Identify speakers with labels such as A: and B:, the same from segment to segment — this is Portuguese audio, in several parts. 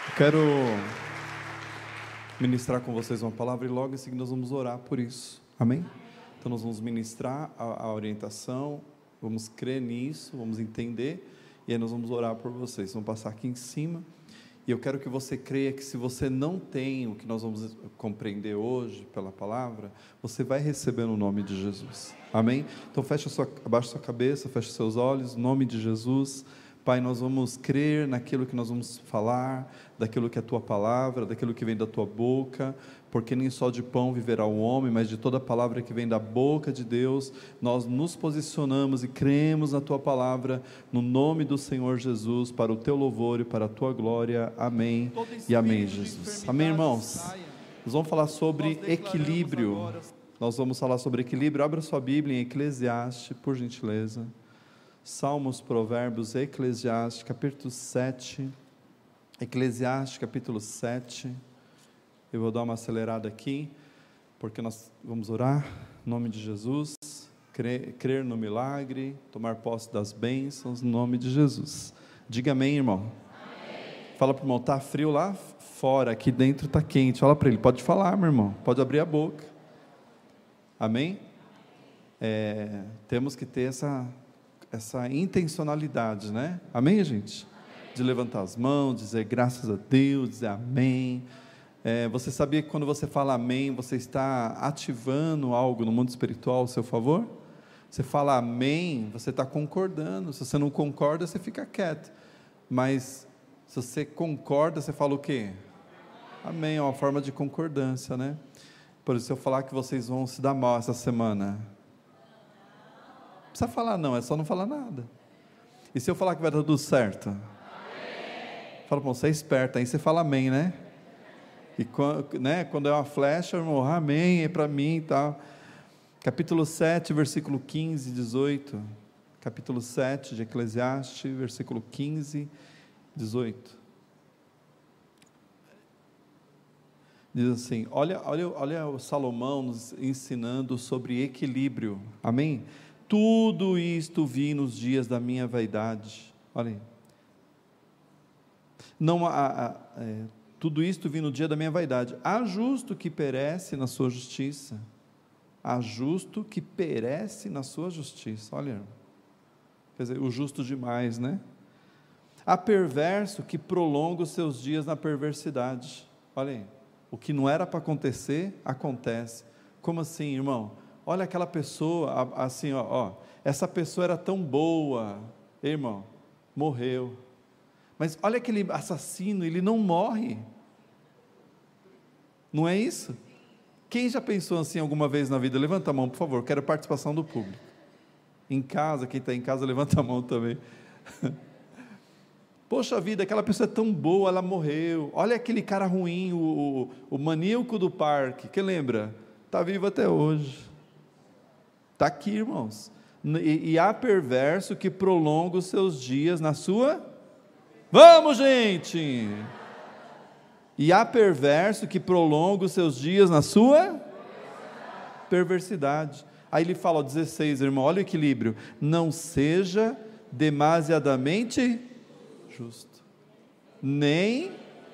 A: Quero ministrar com vocês uma palavra e logo em seguida nós vamos orar por isso, amém? Então nós vamos ministrar a orientação, vamos crer nisso, vamos entender, e aí nós vamos orar por vocês. Vamos passar aqui em cima, e eu quero que você creia que se você não tem o que nós vamos compreender hoje pela palavra, você vai receber no nome de Jesus, amém? Então abaixa sua cabeça, feche seus olhos, no nome de Jesus. Pai, nós vamos crer naquilo que nós vamos falar, daquilo que é a Tua palavra, daquilo que vem da Tua boca, porque nem só de pão viverá o homem, mas de toda palavra que vem da boca de Deus. Nós nos posicionamos e cremos na Tua palavra, no nome do Senhor Jesus, para o Teu louvor e para a Tua glória. Amém e amém, Jesus. Amém, irmãos? Nós vamos falar sobre equilíbrio. Nós vamos falar sobre equilíbrio. Abra sua Bíblia em Eclesiastes, por gentileza. Salmos, Provérbios, Eclesiastes, capítulo 7, Eclesiastes, capítulo 7, eu vou dar uma acelerada aqui, porque nós vamos orar, em nome de Jesus, crer no milagre, tomar posse das bênçãos, em nome de Jesus. Diga amém, irmão. Amém. Fala para o irmão, está frio lá fora, aqui dentro está quente. Fala para ele, pode falar, meu irmão, pode abrir a boca. Amém? Temos que ter essa intencionalidade, né? Amém, gente? De levantar as mãos, dizer graças a Deus, dizer amém. Você sabia que quando você fala amém, você está ativando algo no mundo espiritual ao seu favor? Você fala amém, você está concordando. Se você não concorda, você fica quieto. Mas se você concorda, você fala o quê? Amém, é uma forma de concordância, né? Por isso, se eu falar que vocês vão se dar mal essa semana, não precisa falar não, é só não falar nada. E se eu falar que vai dar tudo certo? Amém. Fala, bom, você é esperto, aí você fala amém, né? E quando é uma flecha, irmão, amém, é para mim e tal. Capítulo 7, versículo 15 e 18. Capítulo 7 de Eclesiastes, versículo 15 e 18. Diz assim, olha o Salomão nos ensinando sobre equilíbrio, amém? Tudo isto vi nos dias da minha vaidade. Olha aí. Tudo isto vi no dia da minha vaidade. Há justo que perece na sua justiça. Há justo que perece na sua justiça. Olha, quer dizer, o justo demais, né? Há perverso que prolonga os seus dias na perversidade. Olha aí. O que não era para acontecer, acontece. Como assim, irmão? Olha aquela pessoa, assim, essa pessoa era tão boa, irmão, morreu. Mas olha aquele assassino, ele não morre. Não é isso? Quem já pensou assim alguma vez na vida? Levanta a mão, por favor, quero participação do público. Em casa, quem está em casa, levanta a mão também. Poxa vida, aquela pessoa é tão boa, ela morreu. Olha aquele cara ruim, o maníaco do parque, quem lembra? Está vivo até hoje. Está aqui, irmãos. E há perverso que prolonga os seus dias na sua... Vamos, gente! E há perverso que prolonga os seus dias na sua... perversidade. Aí ele fala, 16, irmão, olha o equilíbrio. Não seja demasiadamente justo, nem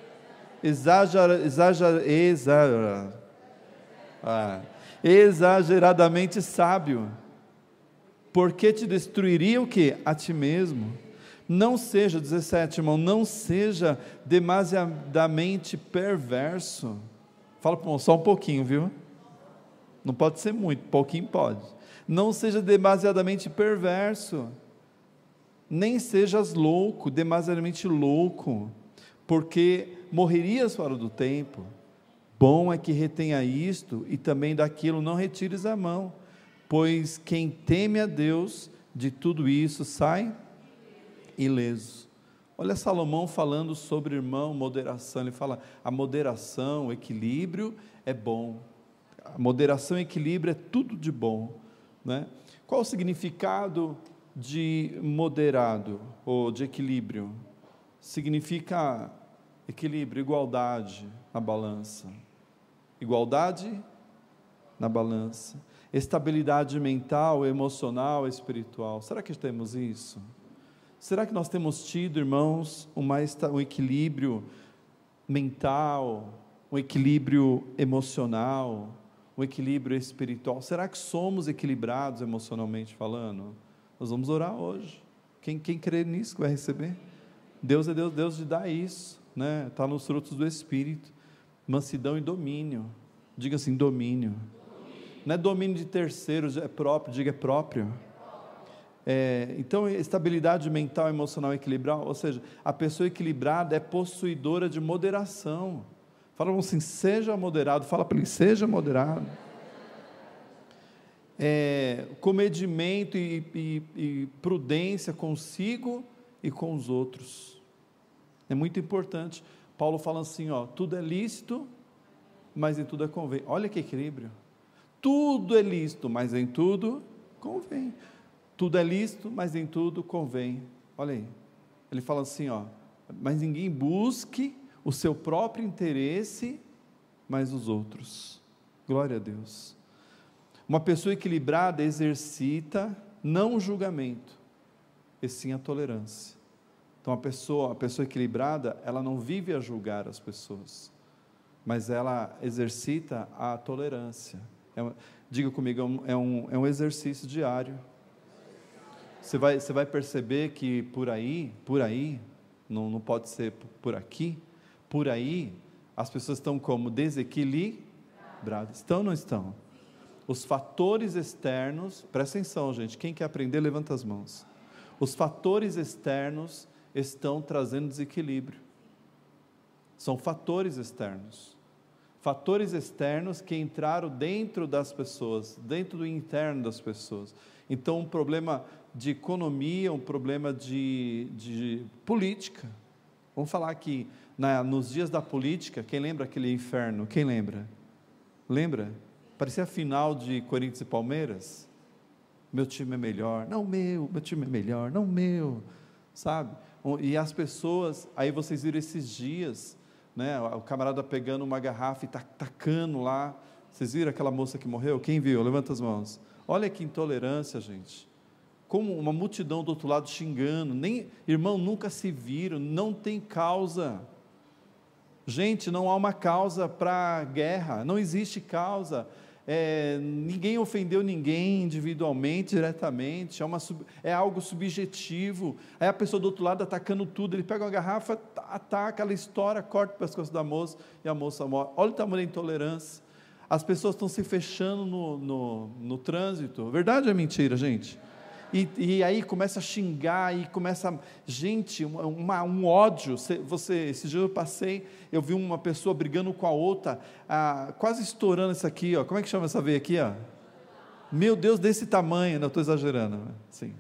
A: exageradamente sábio, porque te destruiria o que? A ti mesmo. Não seja, 17, irmão, não seja demasiadamente perverso. Fala para o irmão, só um pouquinho, viu? Não pode ser muito, pouquinho pode. Não seja demasiadamente perverso, nem sejas louco, demasiadamente louco, porque morrerias fora do tempo. Bom é que retenha isto, e também daquilo não retires a mão, pois quem teme a Deus, de tudo isso sai ileso. Olha Salomão falando sobre, irmão, moderação. Ele fala, a moderação, o equilíbrio é bom. A moderação e equilíbrio é tudo de bom, né? Qual o significado de moderado, ou de equilíbrio? Significa equilíbrio, igualdade na balança. Igualdade na balança. Estabilidade mental, emocional, espiritual. Será que temos isso? Será que nós temos tido, irmãos, um equilíbrio mental, um equilíbrio emocional, um equilíbrio espiritual. Será que somos equilibrados emocionalmente falando? Nós vamos orar hoje. Quem crê nisso que vai receber? Deus é Deus de dar isso, né? Está nos frutos do Espírito, mansidão e domínio. Diga assim, domínio. Não é domínio de terceiros, é próprio, diga é próprio. Então, estabilidade mental, emocional equilibrada, ou seja, a pessoa equilibrada é possuidora de moderação. Fala assim, seja moderado, fala para ele, seja moderado. Comedimento e prudência consigo e com os outros. É muito importante. Paulo fala assim, tudo é lícito, mas em tudo é convém. Olha que equilíbrio. Tudo é lícito, mas em tudo convém. Tudo é lícito, mas em tudo convém. Olha aí. Ele fala assim, mas ninguém busque o seu próprio interesse, mas os outros. Glória a Deus. Uma pessoa equilibrada exercita não o julgamento, e sim a tolerância. Então a pessoa equilibrada, ela não vive a julgar as pessoas, mas ela exercita a tolerância. Diga comigo, é um exercício diário. Você vai perceber que por aí, não pode ser por aqui, por aí, as pessoas estão como desequilibradas. Estão ou não estão? Os fatores externos, presta atenção, gente, quem quer aprender, levanta as mãos. Os fatores externos estão trazendo desequilíbrio. São fatores externos. Fatores externos que entraram dentro das pessoas, dentro do interno das pessoas. Então, um problema de economia, um problema de política. Vamos falar aqui, nos dias da política, quem lembra aquele inferno? Quem lembra? Lembra? Parecia a final de Corinthians e Palmeiras. Meu time é melhor. Não, meu time é melhor. Não, meu. Sabe? E as pessoas, aí vocês viram esses dias, né, o camarada pegando uma garrafa e tacando lá. Vocês viram aquela moça que morreu? Quem viu? Levanta as mãos. Olha que intolerância, gente. Como uma multidão do outro lado xingando. Irmão, nunca se viram, não tem causa. Gente, não há uma causa para guerra, não existe causa. Ninguém ofendeu ninguém individualmente, diretamente, é algo subjetivo. Aí a pessoa do outro lado atacando tudo, ele pega uma garrafa, ataca, ela estoura, corta o pescoço da moça e a moça morre. Olha o tamanho da intolerância. As pessoas estão se fechando no trânsito. Verdade ou é mentira, gente? E aí começa a xingar, e começa, gente, um ódio. Esse dia eu vi uma pessoa brigando com a outra, quase estourando isso aqui, como é que chama essa veia aqui, Meu Deus, desse tamanho, não estou exagerando, sim.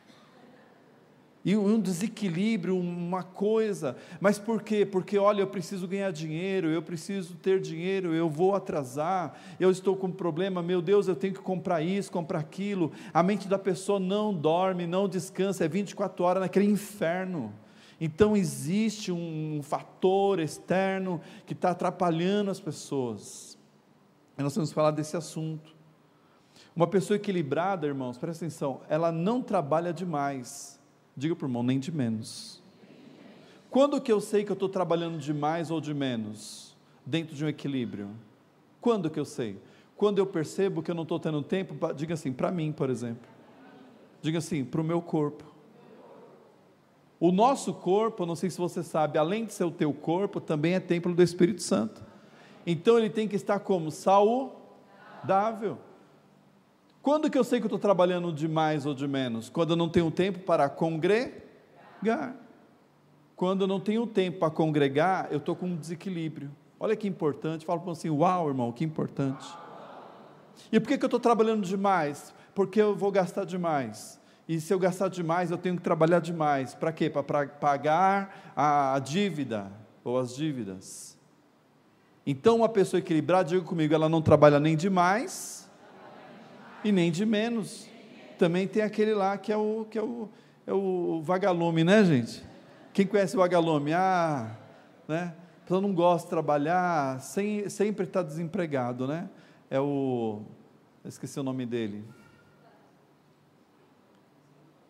A: E um desequilíbrio, uma coisa, mas por quê? Porque olha, eu preciso ganhar dinheiro, eu preciso ter dinheiro, eu vou atrasar, eu estou com um problema, meu Deus, eu tenho que comprar isso, comprar aquilo. A mente da pessoa não dorme, não descansa, é 24 horas naquele inferno. Então existe um fator externo que está atrapalhando as pessoas, e nós vamos falar desse assunto. Uma pessoa equilibrada, irmãos, presta atenção, ela não trabalha demais. Diga para o irmão, nem de menos. Quando que eu sei que eu estou trabalhando de mais ou de menos, dentro de um equilíbrio? Quando que eu sei? Quando eu percebo que eu não estou tendo tempo, diga assim, para mim, por exemplo. Diga assim, para o meu corpo. O nosso corpo, não sei se você sabe, além de ser o teu corpo, também é templo do Espírito Santo. Então ele tem que estar como? Saudável. Quando que eu sei que eu estou trabalhando de mais ou de menos? Quando eu não tenho tempo para congregar. Quando eu não tenho tempo para congregar, eu estou com um desequilíbrio. Olha que importante. Fala para assim, uau, irmão, que importante. E por que eu estou trabalhando demais? Porque eu vou gastar demais. E se eu gastar demais, eu tenho que trabalhar demais. Para quê? Para pagar a dívida, ou as dívidas. Então, uma pessoa equilibrada, diga comigo, ela não trabalha nem demais e nem de menos. Também tem aquele lá que é o vagalume, né, gente? Quem conhece o vagalume? Né? A pessoa não gosta de trabalhar, sempre está desempregado, né? Esqueci o nome dele.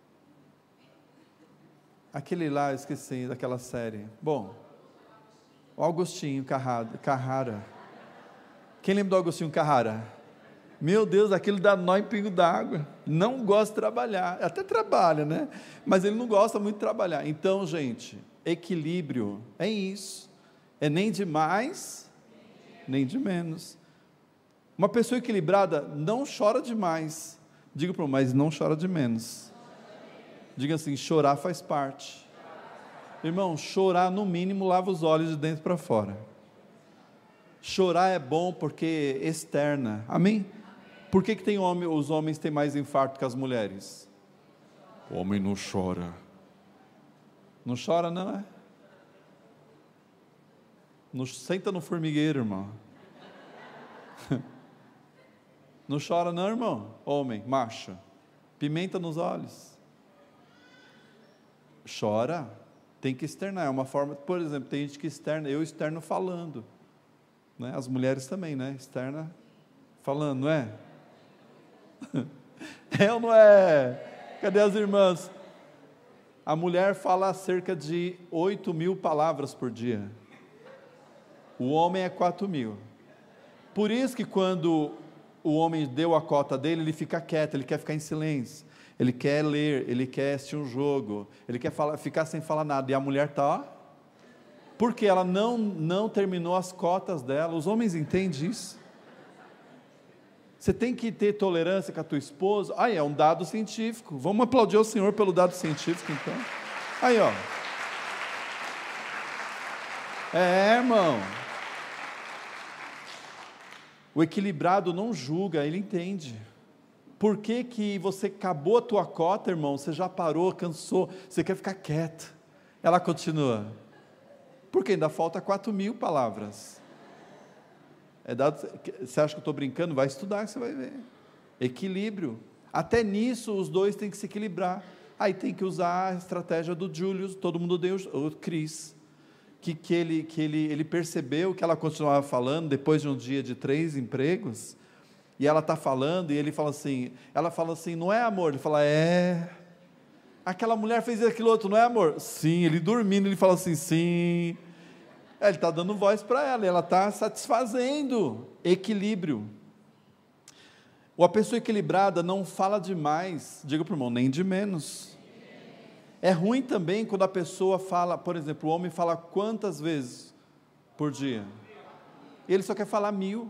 A: Aquele lá, esqueci, daquela série. Bom, O Agostinho Carrara. Quem lembra do Agostinho Carrara? Meu Deus, aquele dá nó em pingo d'água. Não gosta de trabalhar. Até trabalha, né? Mas ele não gosta muito de trabalhar. Então, gente, equilíbrio é isso. É nem de mais, nem de menos. Uma pessoa equilibrada não chora demais. Diga para o mas não chora de menos. Diga assim, chorar faz parte. Irmão, chorar no mínimo lava os olhos de dentro para fora. Chorar é bom porque externa. Amém? Por que tem os homens têm mais infarto que as mulheres? O homem não chora. Não chora não, é? Não, senta no formigueiro, irmão. Não chora não, irmão? Homem, macho. Pimenta nos olhos. Chora. Tem que externar. É uma forma, por exemplo, tem gente que externa. Eu externo falando. Né? As mulheres também, né? Externa falando, não é? É ou não é? Cadê as irmãs? A mulher fala cerca de 8.000 palavras por dia. O homem é 4.000. Por isso que quando o homem deu a cota dele, ele fica quieto, ele quer ficar em silêncio, ele quer ler, ele quer assistir um jogo, ele quer ficar sem falar nada, e a mulher está, ó, porque ela não terminou as cotas dela. Os homens entendem isso. Você tem que ter tolerância com a tua esposa. Aí é um dado científico. Vamos aplaudir ao Senhor pelo dado científico, então. Aí, ó. Irmão. O equilibrado não julga, ele entende. Por que que você acabou a tua cota, irmão? Você já parou, cansou, você quer ficar quieto. Ela continua. Porque ainda falta 4.000 palavras. Você acha que eu estou brincando? Vai estudar que você vai ver. Equilíbrio. Até nisso os dois têm que se equilibrar. Aí tem que usar a estratégia do Julius, todo mundo deu, o Cris, que ele percebeu que ela continuava falando, depois de um dia de 3 empregos, e ela está falando, e ela fala assim, não é amor? Ele fala, aquela mulher fez aquilo outro, não é amor? Sim, ele dormindo, ele fala assim, sim, ele está dando voz para ela, e ela está satisfazendo. Equilíbrio. A pessoa equilibrada não fala demais, diga para o irmão, nem de menos. É ruim também quando a pessoa fala, por exemplo, o homem fala quantas vezes por dia? Ele só quer falar 1.000.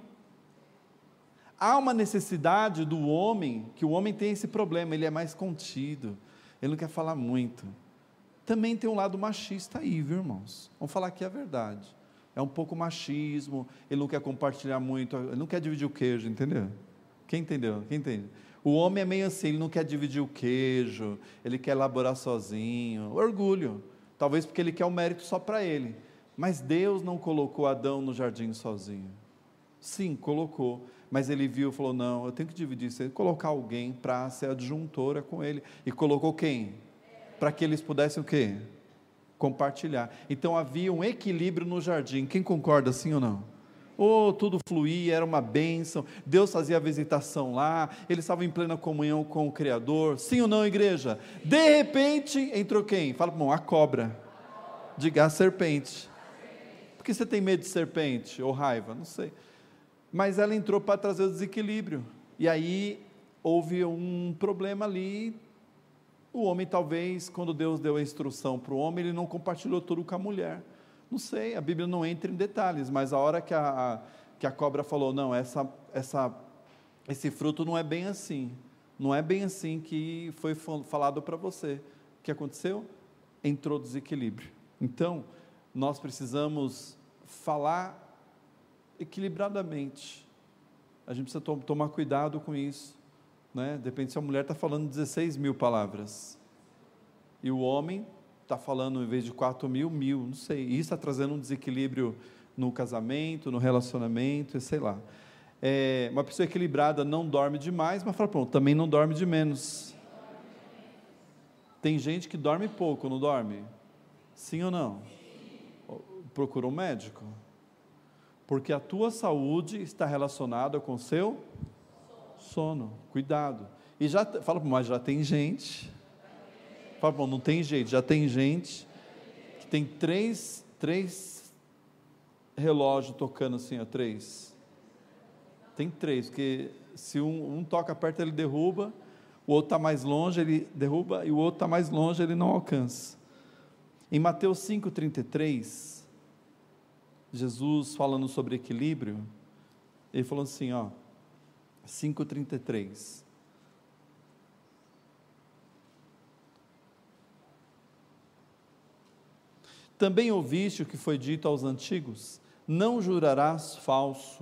A: Há uma necessidade do homem, que o homem tem esse problema, ele é mais contido, ele não quer falar muito. Também tem um lado machista aí, viu, irmãos? Vamos falar aqui a verdade. É um pouco machismo, ele não quer compartilhar muito, ele não quer dividir o queijo, entendeu? Quem entendeu? Quem entende? O homem é meio assim, ele não quer dividir o queijo, ele quer elaborar sozinho, orgulho, talvez porque ele quer o mérito só para ele, mas Deus não colocou Adão no jardim sozinho. Sim, colocou, mas ele viu e falou, não, eu tenho que dividir isso, colocar alguém para ser adjuntora com ele, e colocou quem? Para que eles pudessem o quê? Compartilhar. Então havia um equilíbrio no jardim. Quem concorda, sim ou não? Tudo fluía, era uma bênção, Deus fazia a visitação lá, eles estavam em plena comunhão com o Criador, sim ou não, igreja? De repente, entrou quem? Fala para o irmão, a cobra. Diga, a serpente. Por que você tem medo de serpente, ou raiva? Não sei. Mas ela entrou para trazer o desequilíbrio, e aí houve um problema ali. O homem talvez, quando Deus deu a instrução para o homem, ele não compartilhou tudo com a mulher. Não sei, a Bíblia não entra em detalhes, mas a hora que a cobra falou, não, esse fruto não é bem assim, não é bem assim que foi falado para você. O que aconteceu? Entrou desequilíbrio. Então, nós precisamos falar equilibradamente. A gente precisa tomar cuidado com isso, né? Depende se a mulher está falando 16.000 palavras, e o homem está falando, em vez de 4.000, 1.000, não sei, isso está trazendo um desequilíbrio no casamento, no relacionamento, sei lá. Uma pessoa equilibrada não dorme demais, mas fala, pronto, também não dorme de menos. Tem gente que dorme pouco, não dorme? Sim ou não? Procura um médico, porque a tua saúde está relacionada com o seu sono, cuidado. E fala, mas já tem gente... Fala, bom, não tem jeito, já tem gente que tem três relógio tocando assim, ó, 3? Tem 3, porque se um toca perto, ele derruba, o outro está mais longe, ele derruba, e o outro está mais longe, ele não alcança. Em Mateus 5,33, Jesus falando sobre equilíbrio, ele falou assim, ó, 5,33, também ouviste o que foi dito aos antigos, não jurarás falso,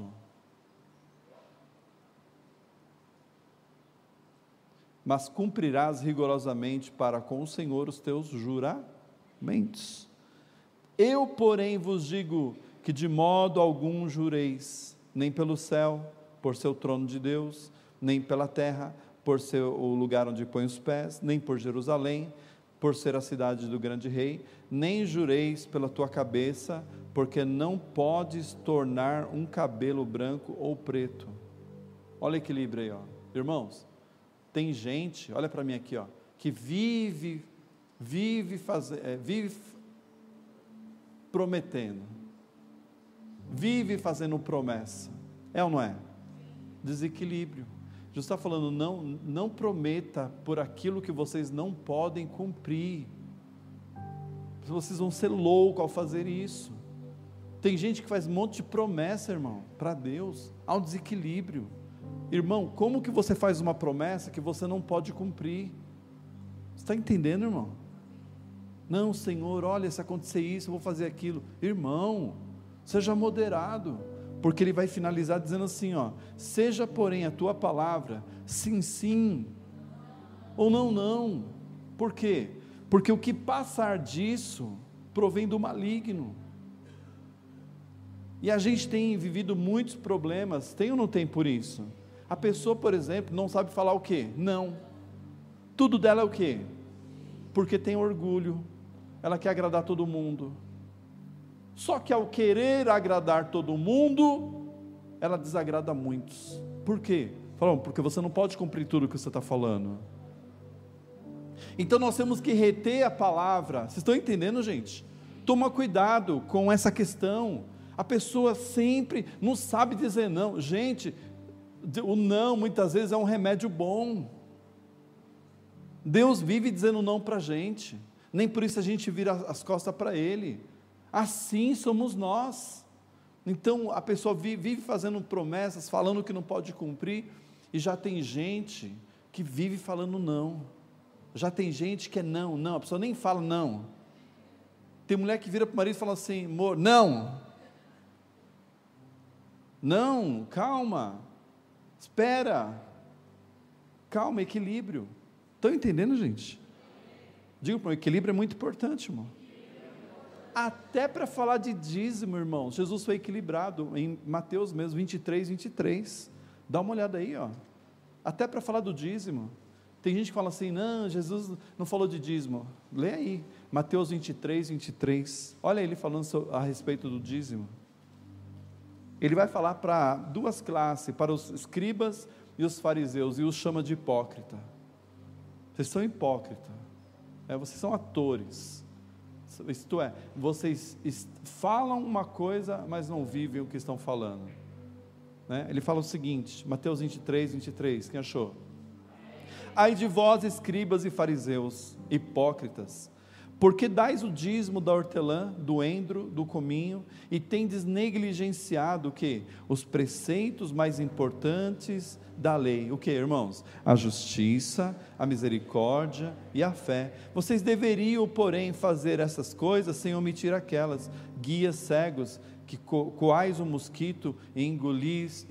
A: mas cumprirás rigorosamente para com o Senhor os teus juramentos. Eu, porém, vos digo que de modo algum jureis, nem pelo céu, por ser o trono de Deus, nem pela terra, por ser o lugar onde põe os pés, nem por Jerusalém, por ser a cidade do grande rei, nem jureis pela tua cabeça, porque não podes tornar um cabelo branco ou preto. Olha o equilíbrio aí, ó. Irmãos, tem gente, olha para mim aqui, ó, que vive prometendo, vive fazendo promessa, é ou não é? Desequilíbrio. Jesus está falando, não prometa por aquilo que vocês não podem cumprir, vocês vão ser loucos ao fazer isso. Tem gente que faz um monte de promessa, irmão, para Deus, há um desequilíbrio. Irmão, como que você faz uma promessa que você não pode cumprir? Você está entendendo, irmão? Não, Senhor, olha, se acontecer isso, eu vou fazer aquilo. Irmão, seja moderado, porque ele vai finalizar dizendo assim, ó, seja porém a tua palavra, sim, sim, ou não, não. Por quê? Porque o que passar disso, provém do maligno. E a gente tem vivido muitos problemas, tem ou não tem por isso? A pessoa, por exemplo, não sabe falar o quê? Não. Tudo dela é o quê? Porque tem orgulho, ela quer agradar todo mundo. Só que ao querer agradar todo mundo, ela desagrada muitos. Por quê? Falam, porque você não pode cumprir tudo o que você está falando. Então nós temos que reter a palavra. Vocês estão entendendo, gente? Toma cuidado com essa questão. A pessoa sempre não sabe dizer não. Gente, o não muitas vezes é um remédio bom. Deus vive dizendo não para a gente, nem por isso a gente vira as costas para Ele. Assim somos nós. Então a pessoa vive fazendo promessas, falando que não pode cumprir, e já tem gente que vive falando não. Já tem gente que é não, a pessoa nem fala não. Tem mulher que vira para o marido e fala assim, amor, não, calma, espera, calma, equilíbrio. Estão entendendo, gente? Digo para o equilíbrio é muito importante, irmão. Até para falar de dízimo, irmão, Jesus foi equilibrado, em Mateus mesmo, 23, dá uma olhada aí, ó. Até para falar do dízimo, tem gente que fala assim, não, Jesus não falou de dízimo, lê aí, Mateus 23, olha ele falando a respeito do dízimo. Ele vai falar para duas classes, para os escribas e os fariseus, e os chama de hipócrita. Vocês são hipócritas, vocês são atores, isto é, vocês falam uma coisa, mas não vivem o que estão falando, né? Ele fala o seguinte, Mateus 23, quem achou? Ai de vós, escribas e fariseus, hipócritas, porque dais o dízimo da hortelã, do endro, do cominho, e tendes negligenciado o quê? Os preceitos mais importantes da lei. O que, irmãos? A justiça, a misericórdia e a fé. Vocês deveriam, porém, fazer essas coisas sem omitir aquelas. Guias cegos, que coais o mosquito e engolis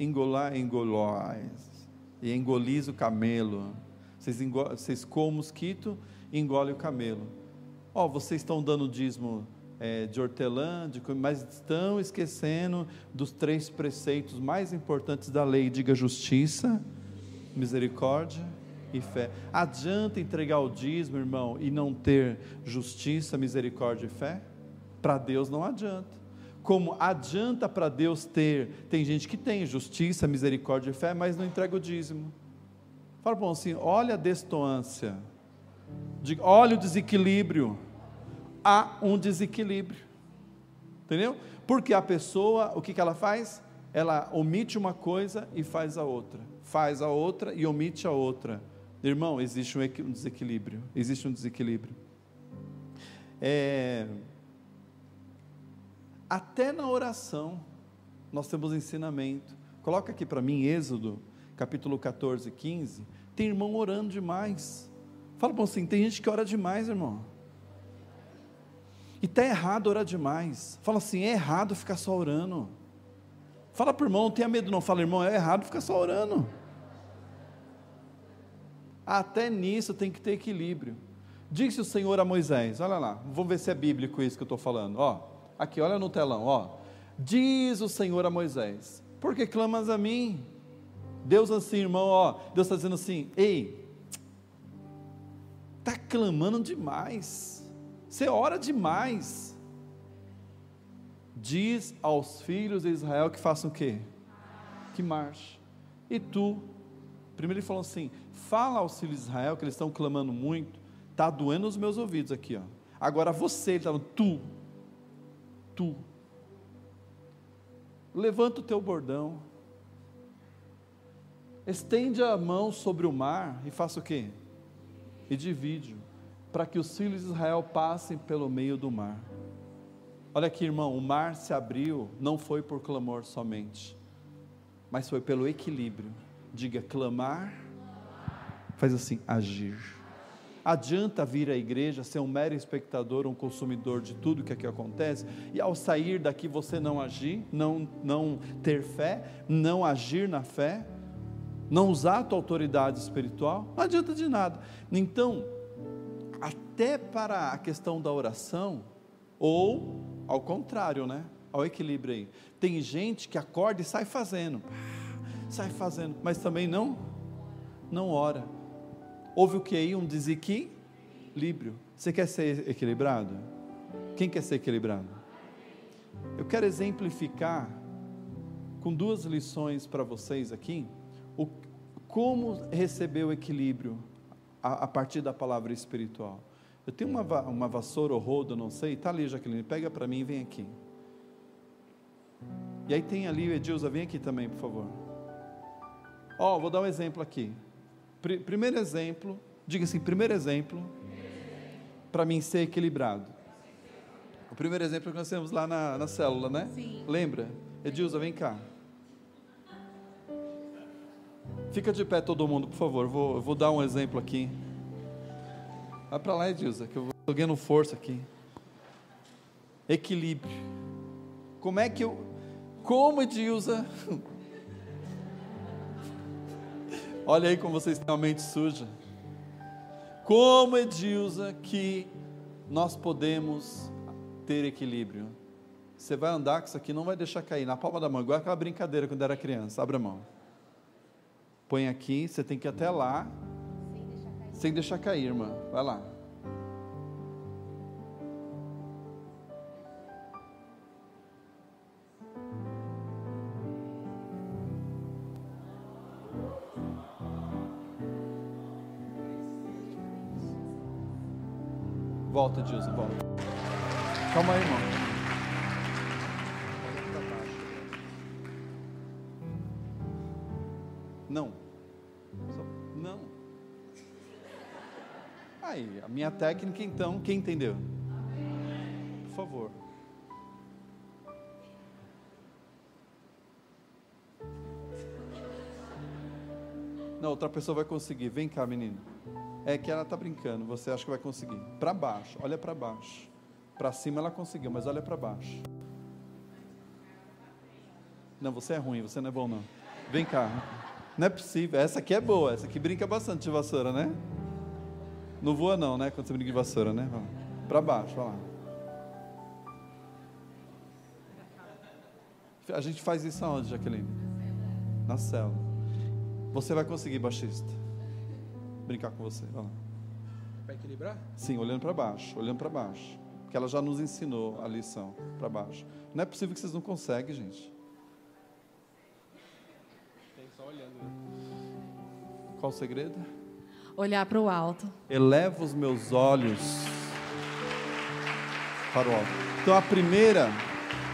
A: o camelo. Vocês coam o mosquito e engolem o camelo. Vocês estão dando dízimo de hortelã, mas estão esquecendo dos 3 preceitos mais importantes da lei. Diga justiça, misericórdia e fé. Adianta entregar o dízimo, irmão, e não ter justiça, misericórdia e fé? Para Deus não adianta. Como adianta para Deus tem gente que tem justiça, misericórdia e fé, mas não entrega o dízimo. Fala bom assim, olha a destoância, olha o desequilíbrio. Há um desequilíbrio. Entendeu? Porque a pessoa, o que ela faz? Ela omite uma coisa e faz a outra. Faz a outra e omite a outra. Irmão, existe um desequilíbrio. Existe um desequilíbrio. Até na oração, nós temos ensinamento. Coloca aqui para mim, Êxodo, capítulo 14, 15. Tem irmão orando demais. Fala para você, tem gente que ora demais, irmão. E está errado orar demais. Fala assim, é errado ficar só orando. Fala para o irmão, não tenha medo não. Fala, irmão, é errado ficar só orando. Até nisso tem que ter equilíbrio. Disse o Senhor a Moisés, olha lá, vamos ver se é bíblico isso que eu estou falando. Ó, aqui, olha no telão, ó. Diz o Senhor a Moisés, por que clamas a mim? Deus assim, irmão, ó, Deus está dizendo assim, ei, está clamando demais, você ora demais. Diz aos filhos de Israel que façam o quê? Que marche. E tu, primeiro ele falou assim, fala aos filhos de Israel que eles estão clamando muito, está doendo os meus ouvidos aqui, ó. Agora você, ele está falando, tu, levanta o teu bordão, estende a mão sobre o mar e faça o quê? E divide, para que os filhos de Israel passem pelo meio do mar. Olha aqui, irmão, o mar se abriu, não foi por clamor somente, mas foi pelo equilíbrio. Diga, clamar, faz assim, agir. Adianta vir à igreja, ser um mero espectador, um consumidor de tudo que aqui acontece, e ao sair daqui você não agir, não ter fé, não agir na fé, não usar a tua autoridade espiritual, não adianta de nada. Então, até para a questão da oração, ou ao contrário, né? Ao equilíbrio aí. Tem gente que acorda e sai fazendo, mas também não ora. Houve o que aí? Um desequilíbrio. Você quer ser equilibrado? Quem quer ser equilibrado? Eu quero exemplificar com 2 lições para vocês aqui, como receber o equilíbrio a partir da palavra espiritual. Eu tenho uma vassoura ou rodo, não sei, está ali, Jaqueline, pega para mim e vem aqui. E aí tem ali o Edilza, vem aqui também, por favor. Ó, vou dar um exemplo aqui. Primeiro exemplo, diga assim, primeiro exemplo, para mim ser equilibrado. O primeiro exemplo que nós temos lá na célula, né? Sim. Lembra? Edilza, vem cá. Fica de pé todo mundo, por favor, vou dar um exemplo aqui. Vai para lá, Edilza, que eu estou ganhando força aqui. Equilíbrio. Como Edilza? Olha aí como vocês têm a mente suja. Como Edilza que nós podemos ter equilíbrio? Você vai andar com isso aqui, não vai deixar cair, na palma da mão, igual aquela brincadeira quando era criança. Abre a mão. Põe aqui, você tem que ir até lá. Sem deixar cair, irmã. Vai lá. Volta, Dilson, volta. Calma aí, irmão. Não. Não. Aí, a minha técnica então, quem entendeu? Por favor. Não, outra pessoa vai conseguir. Vem cá, menino. É que ela está brincando. Você acha que vai conseguir? Para baixo, olha para baixo. Para cima ela conseguiu, mas olha para baixo. Não, você é ruim, você não é bom não. Vem cá. Não é possível. Essa aqui é boa. Essa aqui brinca bastante de vassoura, né? Não voa não, né? Quando você brinca de vassoura, né? Para baixo, vai lá. A gente faz isso aonde, Jaqueline? Na célula. Você vai conseguir, baixista. Brincar com você, vai lá.
B: Para equilibrar?
A: Sim, olhando para baixo, olhando para baixo. Porque ela já nos ensinou a lição, para baixo. Não é possível que vocês não conseguem, gente.
B: Tem só olhando.
A: Qual o segredo?
C: Olhar para o alto.
A: Eleva os meus olhos para o alto. Então a primeira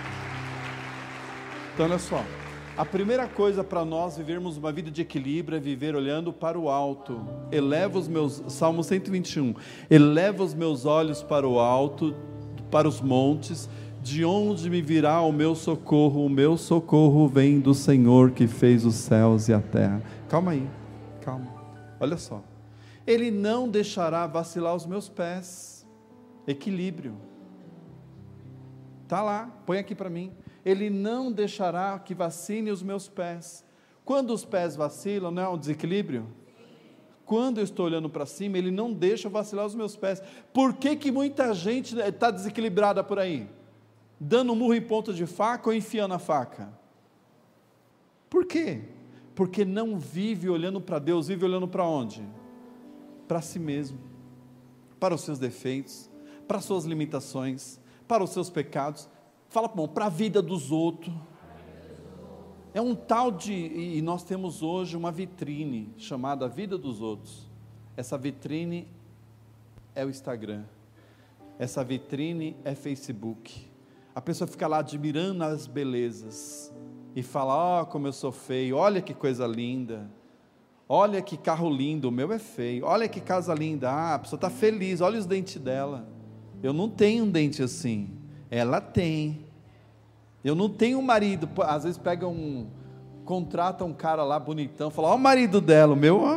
A: Então, olha só. A primeira coisa para nós vivermos uma vida de equilíbrio é viver olhando para o alto. Eleva os meus, Salmo 121, eleva os meus olhos para o alto, para os montes, de onde me virá o meu socorro vem do Senhor que fez os céus e a terra. Calma aí, calma, olha só. Ele não deixará vacilar os meus pés. Equilíbrio. Está lá, põe aqui para mim. Ele não deixará que vacile os meus pés. Quando os pés vacilam, não é um desequilíbrio? Quando eu estou olhando para cima, Ele não deixa vacilar os meus pés. Por que muita gente está desequilibrada por aí? Dando um murro em ponta de faca ou enfiando a faca? Por quê? Porque não vive olhando para Deus, vive olhando para onde? Para si mesmo, para os seus defeitos, para as suas limitações, para os seus pecados. Fala para a vida dos outros. É um tal de, e nós temos hoje uma vitrine chamada Vida dos Outros. Essa vitrine é o Instagram, essa vitrine é Facebook. A pessoa fica lá admirando as belezas e fala: ó, como eu sou feio, olha que coisa linda, olha que carro lindo, o meu é feio, olha que casa linda, a pessoa está feliz, olha os dentes dela. Eu não tenho um dente assim. Ela tem. Eu não tenho um marido. Às vezes contrata um cara lá bonitão, fala: ó o marido dela, o meu, ó.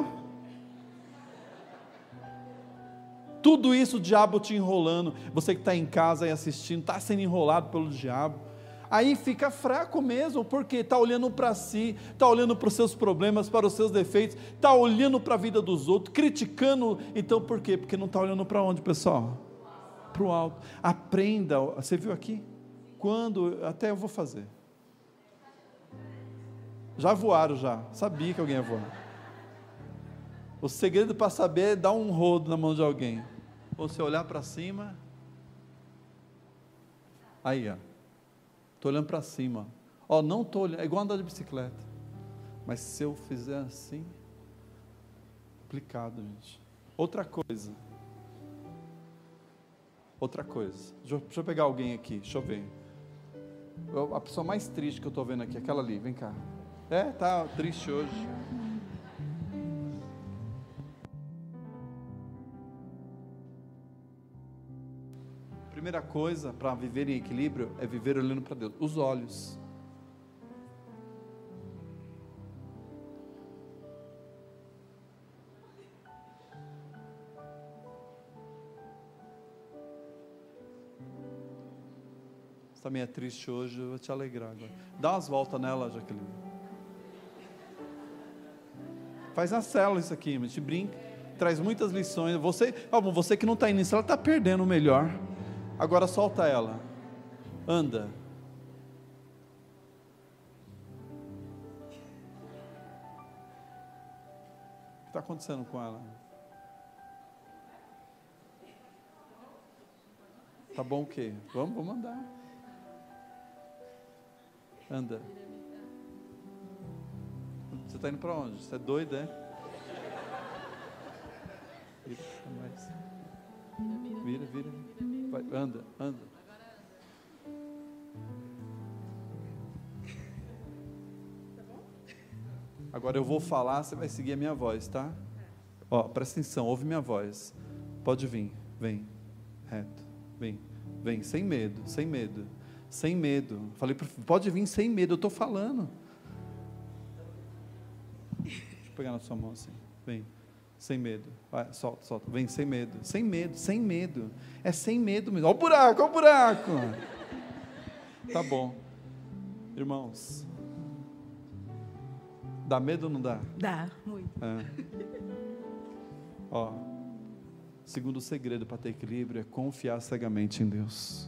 A: Tudo isso o diabo te enrolando. Você que está em casa aí assistindo, está sendo enrolado pelo diabo. Aí fica fraco mesmo, porque está olhando para si, está olhando para os seus problemas, para os seus defeitos, está olhando para a vida dos outros, criticando. Então por quê? Porque não está olhando para onde, pessoal? Para o alto. Aprenda. Você viu aqui? Quando, até eu vou fazer. Já voaram já, sabia que alguém ia voar. O segredo para saber é dar um rodo na mão de alguém. Você olhar para cima. Aí, ó. Estou olhando para cima. Ó, não estou olhando, é igual andar de bicicleta. Mas se eu fizer assim, complicado, gente. Outra coisa. Deixa eu pegar alguém aqui, deixa eu ver. A pessoa mais triste que eu estou vendo aqui, aquela ali, vem cá. Tá triste hoje. Primeira coisa para viver em equilíbrio é viver olhando para Deus. Os olhos. Está meio triste hoje, eu vou te alegrar agora. Dá umas voltas nela, Jaqueline. Faz na célula isso aqui, a gente brinca, traz muitas lições. Você que não está indo nisso, ela está perdendo o melhor. Agora solta ela. Anda. O que está acontecendo com ela? Tá bom o quê? Vamos andar. Anda. Você está indo para onde? Você é doido, é? Vira. Vai, anda. Agora eu vou falar, você vai seguir a minha voz, tá? Ó, presta atenção, ouve minha voz. Pode vir, vem, reto, vem, sem medo. Falei, pode vir sem medo, eu estou falando. Deixa eu pegar na sua mão assim, vem, sem medo, vai, solta, vem, sem medo, é sem medo mesmo, olha o buraco, tá bom, irmãos, dá medo ou não dá?
C: Dá, muito.
A: Ó, segundo segredo para ter equilíbrio é confiar cegamente em Deus.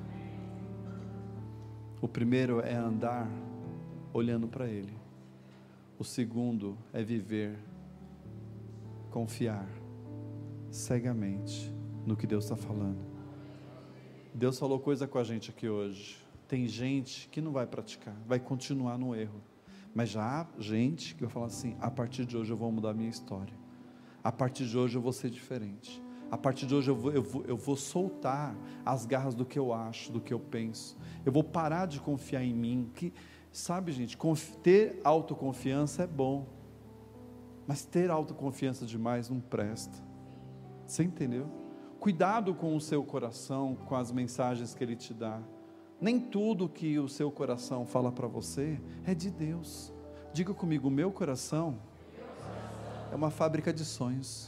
A: O primeiro é andar olhando para Ele. O segundo é viver, confiar cegamente no que Deus está falando. Deus falou coisa com a gente aqui hoje. Tem gente que não vai praticar, vai continuar no erro. Mas já há gente que vai falar assim: a partir de hoje eu vou mudar a minha história. A partir de hoje eu vou ser diferente. A partir de hoje eu vou soltar as garras do que eu acho, do que eu penso. Eu vou parar de confiar em mim. Sabe, gente, ter autoconfiança é bom, mas ter autoconfiança demais não presta. Você entendeu? Cuidado com o seu coração, com as mensagens que ele te dá. Nem tudo que o seu coração fala para você é de Deus. Diga comigo, o meu coração é uma fábrica de sonhos.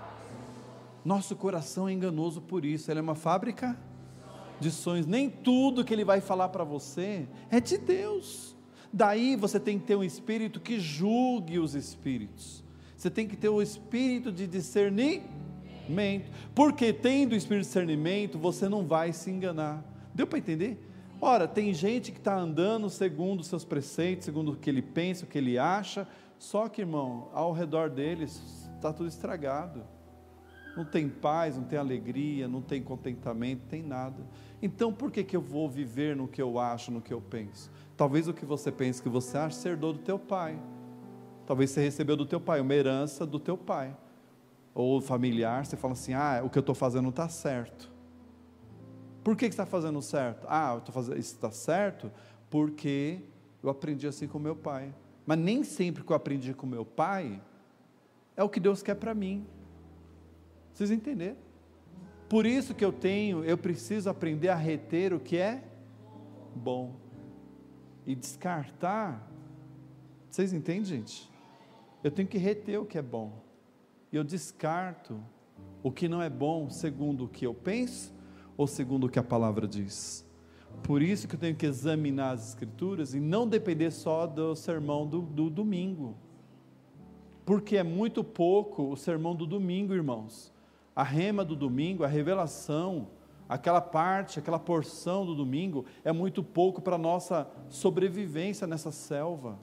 A: Nosso coração é enganoso por isso, ele é uma fábrica de sonhos. Nem tudo que ele vai falar para você é de Deus. Daí você tem que ter um espírito que julgue os espíritos. Você tem que ter o espírito de discernimento, porque tendo o espírito de discernimento, você não vai se enganar. Deu para entender? Ora, tem gente que está andando segundo os seus preceitos, segundo o que ele pensa, o que ele acha, só que, irmão, ao redor deles está tudo estragado. Não tem paz, não tem alegria, não tem contentamento, não tem nada. Então por que eu vou viver no que eu acho, no que eu penso? Talvez o que você pensa que você acha, você herdou do teu pai. Talvez você recebeu do teu pai, uma herança do teu pai. Ou familiar, você fala assim, o que eu estou fazendo não está certo. Por que você está fazendo certo? Eu estou fazendo isso está certo porque eu aprendi assim com meu pai. Mas nem sempre que eu aprendi com meu pai é o que Deus quer para mim. Vocês entenderam? Por isso que eu preciso aprender a reter o que é bom e descartar. Vocês entendem, gente? Eu tenho que reter o que é bom e eu descarto o que não é bom segundo o que eu penso ou segundo o que a palavra diz. Por isso que eu tenho que examinar as escrituras e não depender só do sermão do domingo, porque é muito pouco o sermão do domingo, irmãos. A rema do domingo, a revelação, aquela parte, aquela porção do domingo é muito pouco para a nossa sobrevivência nessa selva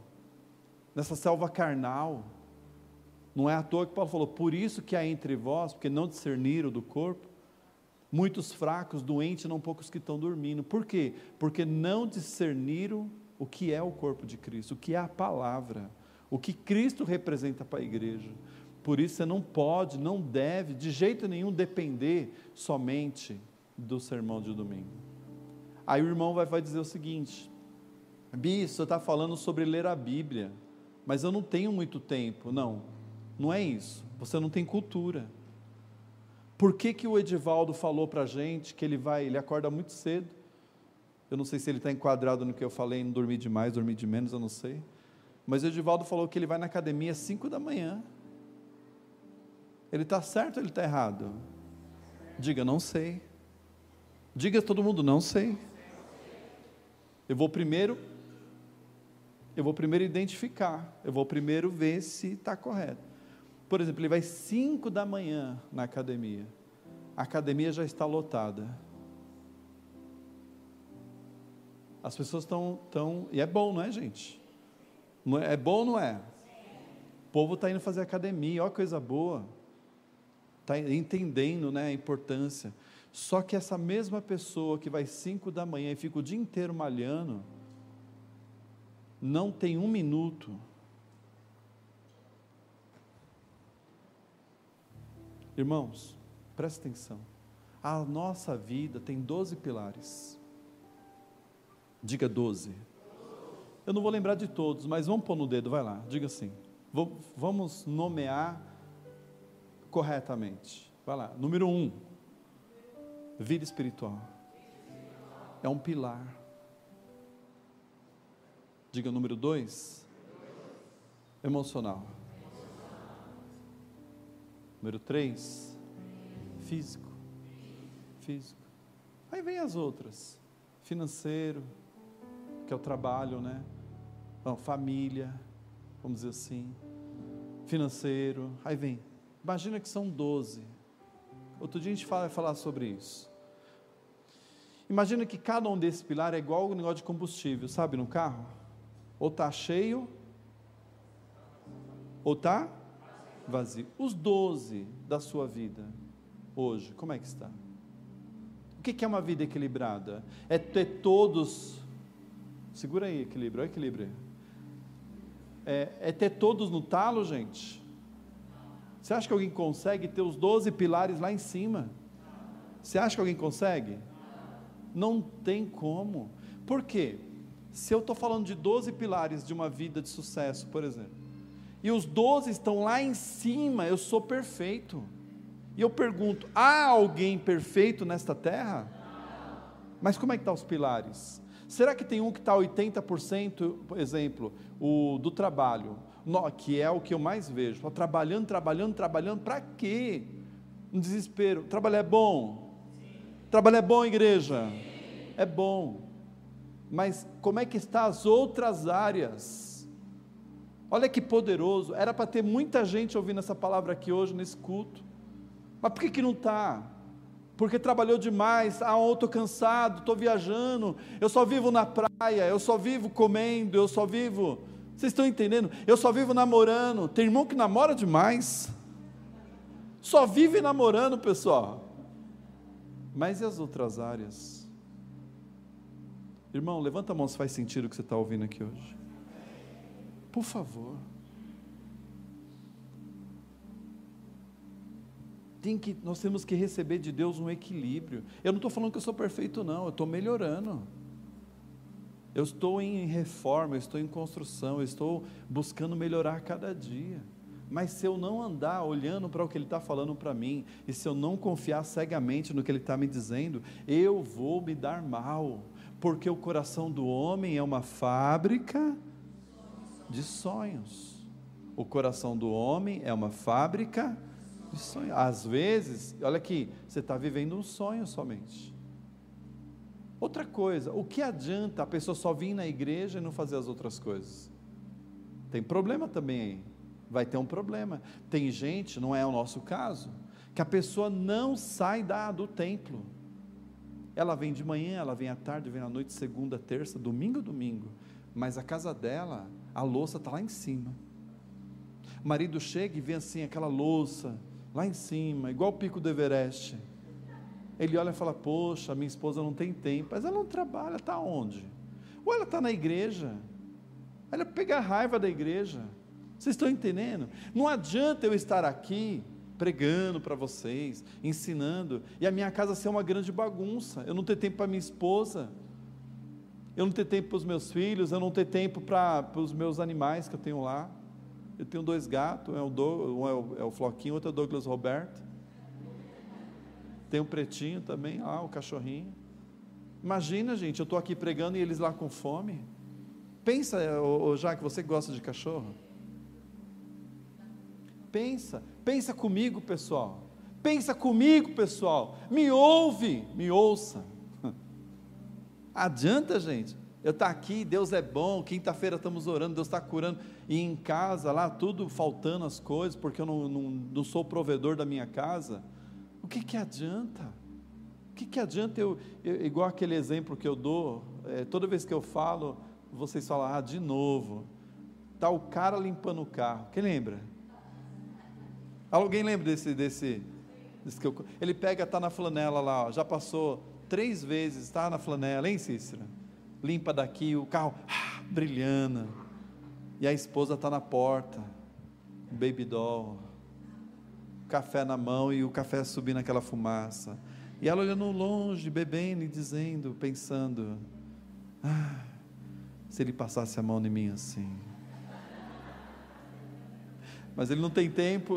A: carnal. Não é à toa que Paulo falou, por isso que há entre vós, porque não discerniram do corpo, muitos fracos, doentes, não poucos que estão dormindo. Por quê? Porque não discerniram o que é o corpo de Cristo, o que é a palavra, o que Cristo representa para a igreja. Por isso você não pode, não deve, de jeito nenhum, depender somente do sermão de domingo. Aí o irmão vai dizer o seguinte, Bispo, você está falando sobre ler a Bíblia, mas eu não tenho muito tempo. Não é isso, você não tem cultura. Por que o Edivaldo falou para a gente que ele acorda muito cedo? Eu não sei se ele está enquadrado no que eu falei, não dormir demais, dormir de menos, eu não sei. Mas o Edivaldo falou que ele vai na academia às 5 da manhã. Ele está certo ou ele está errado? Diga, não sei. Diga todo mundo, não sei. Eu vou primeiro identificar, eu vou primeiro ver se está correto. Por exemplo, ele vai 5 da manhã na academia, a academia já está lotada, as pessoas estão, e é bom, não é, gente? É bom ou não é? O povo está indo fazer academia, olha que coisa boa, está entendendo, né, a importância. Só que essa mesma pessoa que vai 5 da manhã e fica o dia inteiro malhando, não tem 1 minuto Irmãos, presta atenção, a nossa vida tem 12 pilares, diga 12, eu não vou lembrar de todos, mas vamos pôr no dedo, vai lá, diga assim, vamos nomear corretamente, vai lá, número 1, vida espiritual, é um pilar, diga número 2, emocional, número 3, físico, aí vem as outras, financeiro, que é o trabalho, né, não, família, vamos dizer assim, financeiro, aí vem, imagina que são 12, outro dia a gente vai falar sobre isso, imagina que cada um desses pilares é igual o negócio de combustível, sabe, no carro, ou está cheio, ou está vazio. Os 12 da sua vida hoje, como é que está? O que é uma vida equilibrada? É ter todos, segura aí, equilíbrio, olha equilíbrio, é ter todos no talo, gente? Você acha que alguém consegue ter os 12 pilares lá em cima? Você acha que alguém consegue? Não tem como. Por quê? Se eu estou falando de 12 pilares de uma vida de sucesso, por exemplo, e os 12 estão lá em cima, eu sou perfeito. E eu pergunto, há alguém perfeito nesta terra? Mas como é que estão os pilares? Será que tem um que está 80%, por exemplo, o do trabalho, que é o que eu mais vejo, trabalhando, para quê? Um desespero. Trabalhar é bom? Trabalhar é bom, igreja? É bom. Mas como é que estão as outras áreas? Olha que poderoso, era para ter muita gente ouvindo essa palavra aqui hoje, nesse culto, mas por que não está? Porque trabalhou demais, eu estou cansado, estou viajando, eu só vivo na praia, eu só vivo comendo, eu só vivo, vocês estão entendendo? Eu só vivo namorando. Tem irmão que namora demais, só vive namorando, pessoal. Mas e as outras áreas? Irmão, levanta a mão se faz sentido o que você está ouvindo aqui hoje, por favor. Nós temos que receber de Deus um equilíbrio. Eu não estou falando que eu sou perfeito não, eu estou melhorando, eu estou em reforma, eu estou em construção, eu estou buscando melhorar cada dia. Mas se eu não andar olhando para o que Ele está falando para mim, e se eu não confiar cegamente no que Ele está me dizendo, eu vou me dar mal, porque o coração do homem é uma fábrica de sonhos. O coração do homem é uma fábrica de sonhos. Às vezes, olha aqui, você está vivendo um sonho somente. Outra coisa, o que adianta a pessoa só vir na igreja e não fazer as outras coisas? Tem problema também aí, vai ter um problema. Tem gente, não é o nosso caso, que a pessoa não sai do templo. Ela vem de manhã, ela vem à tarde, vem à noite, segunda, terça, domingo, mas a casa dela, a louça está lá em cima. O marido chega e vê assim, aquela louça, lá em cima, igual o pico do Everest. Ele olha e fala, poxa, minha esposa não tem tempo, mas ela não trabalha, está onde? Ou ela está na igreja, ela pega a raiva da igreja. Vocês estão entendendo? Não adianta eu estar aqui, pregando para vocês, ensinando, e a minha casa ser uma grande bagunça, eu não ter tempo para minha esposa, eu não ter tempo para os meus filhos, eu não ter tempo para os meus animais que eu tenho lá. Eu tenho 2 gatos, um é o Floquinho, outro é o Douglas Roberto, tem um pretinho também, o cachorrinho. Imagina, gente, eu estou aqui pregando e eles lá com fome. Pensa, já que você gosta de cachorro, pensa comigo, pessoal, me ouve, me ouça. Adianta, gente, eu estar aqui, Deus é bom, quinta-feira estamos orando, Deus está curando, e em casa lá, tudo faltando as coisas, porque eu não sou o provedor da minha casa. O que adianta? O que adianta igual aquele exemplo que eu dou, toda vez que eu falo, vocês falam, de novo, está o cara limpando o carro, quem lembra? Alguém lembra desse que ele pega, está na flanela lá, já passou 3 vezes, está na flanela, hein, Cícera? Limpa daqui, o carro brilhando, e a esposa está na porta, baby doll, café na mão, e o café subindo aquela fumaça, e ela olhando longe, bebendo e dizendo, pensando, se ele passasse a mão em mim assim, mas ele não tem tempo,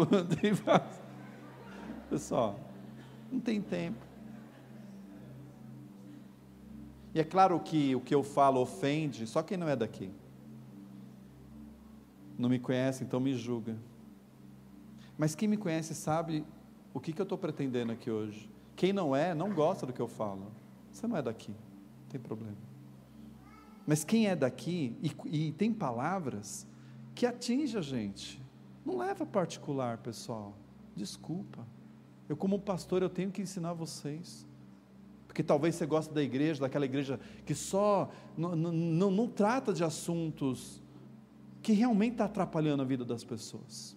A: pessoal, não tem tempo. E é claro que o que eu falo ofende só quem não é daqui, não me conhece, então me julga, mas quem me conhece sabe o que eu estou pretendendo aqui hoje. Quem não é, não gosta do que eu falo. Você não é daqui, não tem problema, mas quem é daqui e tem palavras que atingem a gente, não leva particular, pessoal, desculpa, eu como pastor eu tenho que ensinar vocês, porque talvez você goste da igreja, daquela igreja que só não trata de assuntos que realmente está atrapalhando a vida das pessoas.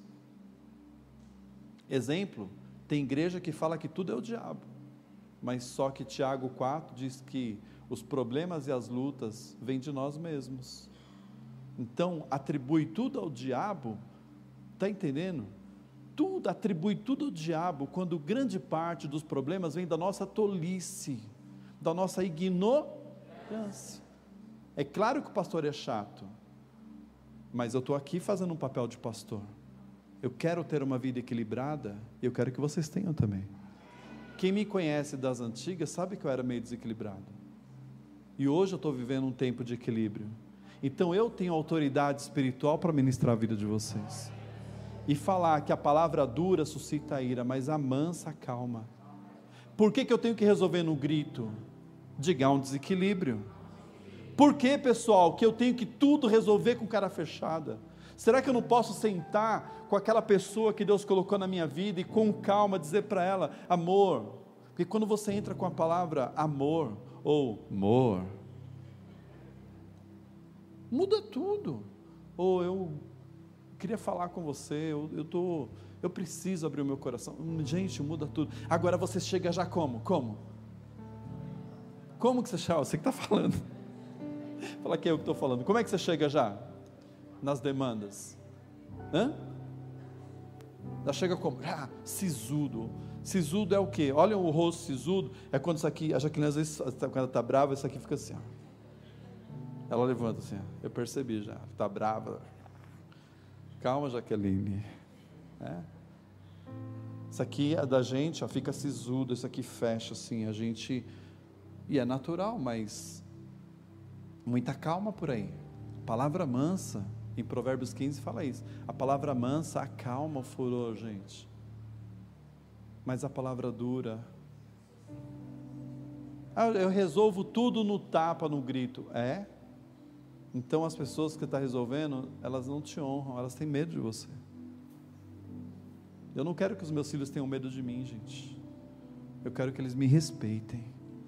A: Exemplo, tem igreja que fala que tudo é o diabo, mas só que Tiago 4 diz que os problemas e as lutas vêm de nós mesmos. Então atribui tudo ao diabo. Está entendendo? Atribui tudo ao diabo, quando grande parte dos problemas vem da nossa tolice, da nossa ignorância. É claro que o pastor é chato, mas eu estou aqui fazendo um papel de pastor. Eu quero ter uma vida equilibrada, e eu quero que vocês tenham também. Quem me conhece das antigas sabe que eu era meio desequilibrado, e hoje eu estou vivendo um tempo de equilíbrio. Então eu tenho autoridade espiritual para ministrar a vida de vocês, e falar que a palavra dura suscita ira, mas a mansa acalma. Por que eu tenho que resolver no grito? Diga, há um desequilíbrio. Por que, pessoal, que eu tenho que tudo resolver com cara fechada? Será que eu não posso sentar com aquela pessoa que Deus colocou na minha vida e com calma dizer para ela, amor? Porque quando você entra com a palavra amor ou amor, muda tudo. Ou eu queria falar com você, eu preciso abrir o meu coração. Gente, muda tudo. Agora você chega já como? Como que você chega? Você que está falando. Fala que é eu que estou falando. Como é que você chega já? Nas demandas. Já chega como? Sisudo. Sisudo é o quê? Olha o rosto sisudo. É quando isso aqui, a Jaqueline às vezes, quando ela está brava, isso aqui fica assim. Ela levanta assim. Eu percebi já. Está brava. Calma, Jaqueline. Isso aqui é da gente, fica sisudo. Isso aqui fecha assim. A gente... E é natural, mas... muita calma por aí. Palavra mansa, em Provérbios 15 fala isso. A palavra mansa acalma o furor, gente. Mas a palavra dura. Eu resolvo tudo no tapa, no grito. Então as pessoas que você está resolvendo, elas não te honram, elas têm medo de você. Eu não quero que os meus filhos tenham medo de mim, gente. Eu quero que eles me respeitem.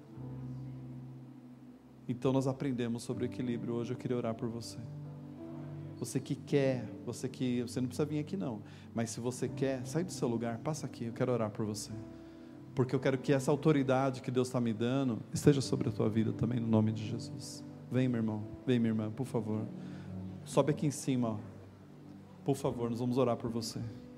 A: Então nós aprendemos sobre o equilíbrio. Hoje eu queria orar por você. Você que quer, você não precisa vir aqui não, mas se você quer, sai do seu lugar, passa aqui, eu quero orar por você, porque eu quero que essa autoridade que Deus está me dando, esteja sobre a tua vida também, no nome de Jesus. Vem, meu irmão, vem, minha irmã, por favor, sobe aqui em cima, por favor, nós vamos orar por você.